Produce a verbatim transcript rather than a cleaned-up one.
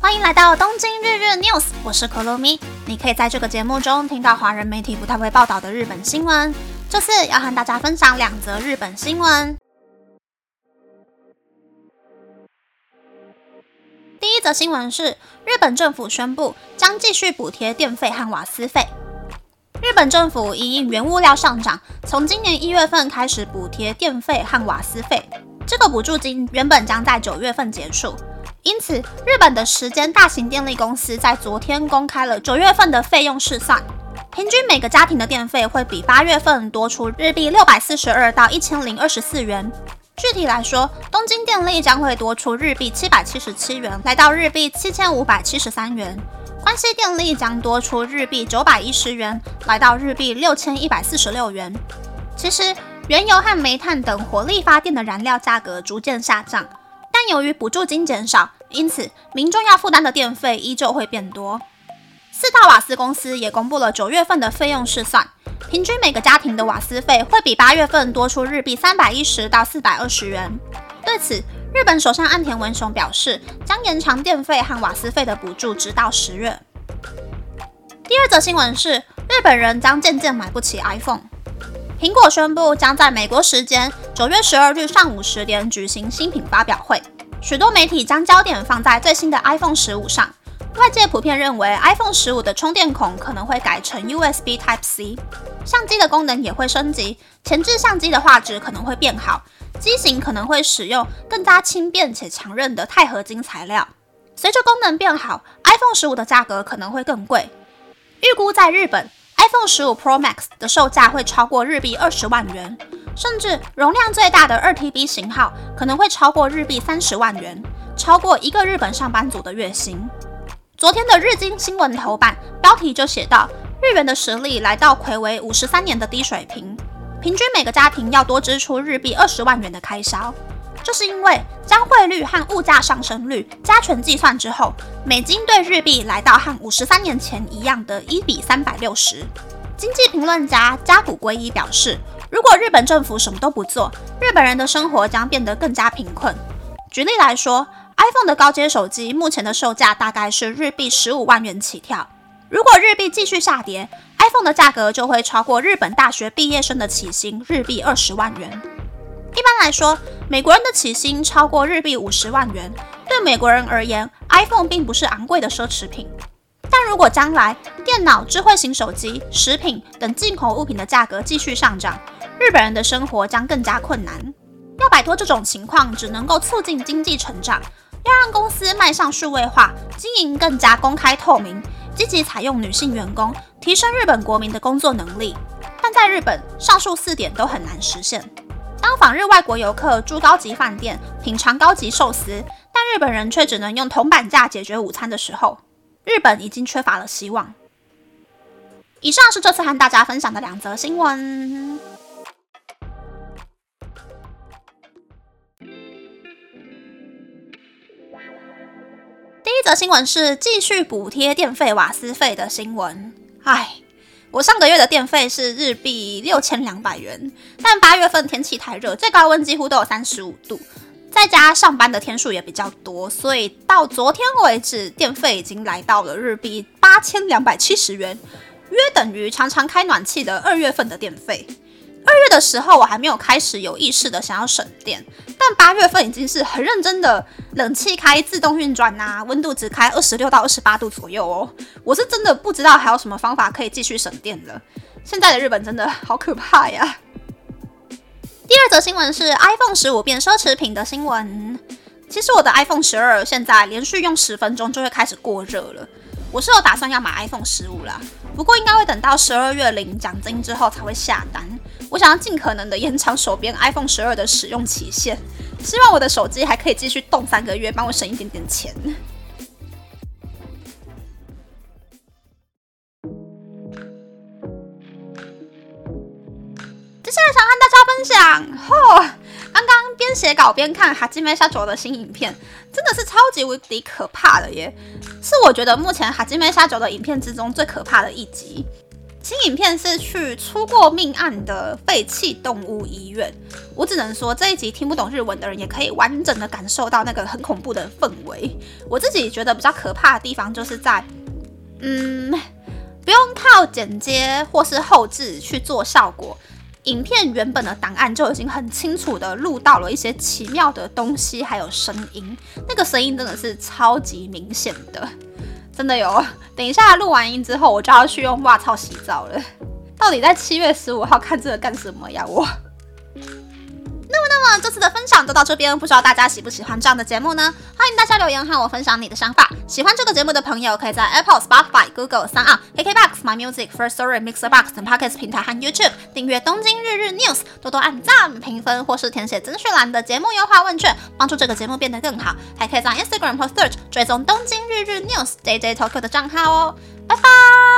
欢迎来到东京日日 News， 我是可露咪。你可以在这个节目中听到华人媒体不太会报道的日本新闻。这次要和大家分享两则日本新闻。第一则新闻是，日本政府宣布将继续补贴电费和瓦斯费。日本政府因应原物料上涨，从今年一月份开始补贴电费和瓦斯费。这个补助金原本将在九月份结束，因此日本的十间大型电力公司在昨天公开了九月份的费用试算，平均每个家庭的电费会比八月份多出日币六百四十二到一千零二十四元。具体来说，东京电力将会多出日币七百七十七元，来到日币七千五百七十三元；关西电力将多出日币九百一十元，来到日币六千一百四十六元。其实，原油和煤炭等火力发电的燃料价格逐渐下降，但由于补助金减少，因此民众要负担的电费依旧会变多。四大瓦斯公司也公布了九月份的费用试算，平均每个家庭的瓦斯费会比八月份多出日币三百一十到四百二十元。对此，日本首相岸田文雄表示，将延长电费和瓦斯费的补助直到十月。第二则新闻是，日本人将渐渐买不起 iPhone。苹果宣布将在美国时间九月十二日上午十点举行新品发表会，许多媒体将焦点放在最新的 iPhone 十五上。外界普遍认为 iPhone 十五的充电孔可能会改成 U S B Type C， 相机的功能也会升级，前置相机的画质可能会变好，机型可能会使用更加轻便且强韧的钛合金材料。随着功能变好， iPhone 十五的价格可能会更贵。预估在日本iPhone 十五 Pro Max 的售价会超过日币二十万元，甚至容量最大的 二 T B 型号可能会超过日币三十万元，超过一个日本上班族的月薪。昨天的日经新闻头版标题就写到，日元的实力来到睽违五十三年的低水平，平均每个家庭要多支出日币二十万元的开销。这是因为将汇率和物价上升率加权计算之后，美金对日币来到和五十三年前一样的一比三百六十。经济评论家加古圭一表示，如果日本政府什么都不做，日本人的生活将变得更加贫困。举例来说， iPhone 的高阶手机目前的售价大概是日币十五万元起跳，如果日币继续下跌， iPhone 的价格就会超过日本大学毕业生的起薪日币二十万元。一般来说，美国人的起薪超过日币五十万元，对美国人而言 iPhone 并不是昂贵的奢侈品。但如果将来电脑、智慧型手机、食品等进口物品的价格继续上涨，日本人的生活将更加困难。要摆脱这种情况，只能够促进经济成长，要让公司迈向数位化，经营更加公开透明，积极采用女性员工，提升日本国民的工作能力。但在日本，上述四点都很难实现。当访日外国游客住高级饭店，品尝高级寿司，但日本人却只能用铜板价解决午餐的时候，日本已经缺乏了希望。以上是这次和大家分享的两则新闻。第一则新闻是继续补贴电费瓦斯费的新闻。唉，我上个月的电费是日币六千两百元，但八月份天气太热，最高温几乎都有三十五度，再加上班的天数也比较多，所以到昨天为止，电费已经来到了日币八千两百七十元，约等于常常开暖气的二月份的电费。二月的时候，我还没有开始有意识的想要省电，但八月份已经是很认真的，冷气开自动运转啊，温度只开二十六到二十八度左右哦。我是真的不知道还有什么方法可以继续省电了。现在的日本真的好可怕呀！第二则新闻是 iPhone 十五变奢侈品的新闻。其实我的 iPhone 十二现在连续用十分钟就会开始过热了。我是有打算要买 iPhone 十五啦，不过应该会等到十二月领奖金之后才会下单。我想要尽可能的延长手边 iPhone 十二的使用期限，希望我的手机还可以继续动三个月，帮我省一点点钱。接下来想和大家分享，吼、哦，刚刚边写稿边看哈基梅沙九的新影片，真的是超级无敌可怕的耶！是我觉得目前哈基梅沙九的影片之中最可怕的一集。 新影片是去出过命案的废弃动物医院。我只能说这一集听不懂日文的人也可以完整的感受到那个很恐怖的氛围。我自己觉得比较可怕的地方就是在，嗯，不用靠剪接或是后制去做效果，影片原本的档案就已经很清楚的录到了一些奇妙的东西，还有声音。那个声音真的是超级明显的。真的有，等一下录完音之后，我就要去用袜操洗澡了。到底在七月十五号看这个干什么呀？我。那么，那么这次的分享就到这边，不知道大家喜不喜欢这样的节目呢？欢迎大家留言和我分享你的想法。喜欢这个节目的朋友，可以在 Apple、Spotify、Google、SoundOn、K K B O X、My Music、Firstory、Mixerbox 等 Podcast 平台和 YouTube 订阅东京日日 News， 多多按赞、评分或是填写资讯栏的节目优化问卷，帮助这个节目变得更好。还可以在 Instagram 或 Search 追踪东京日日 News J J Tokyo 的账号哦。拜拜。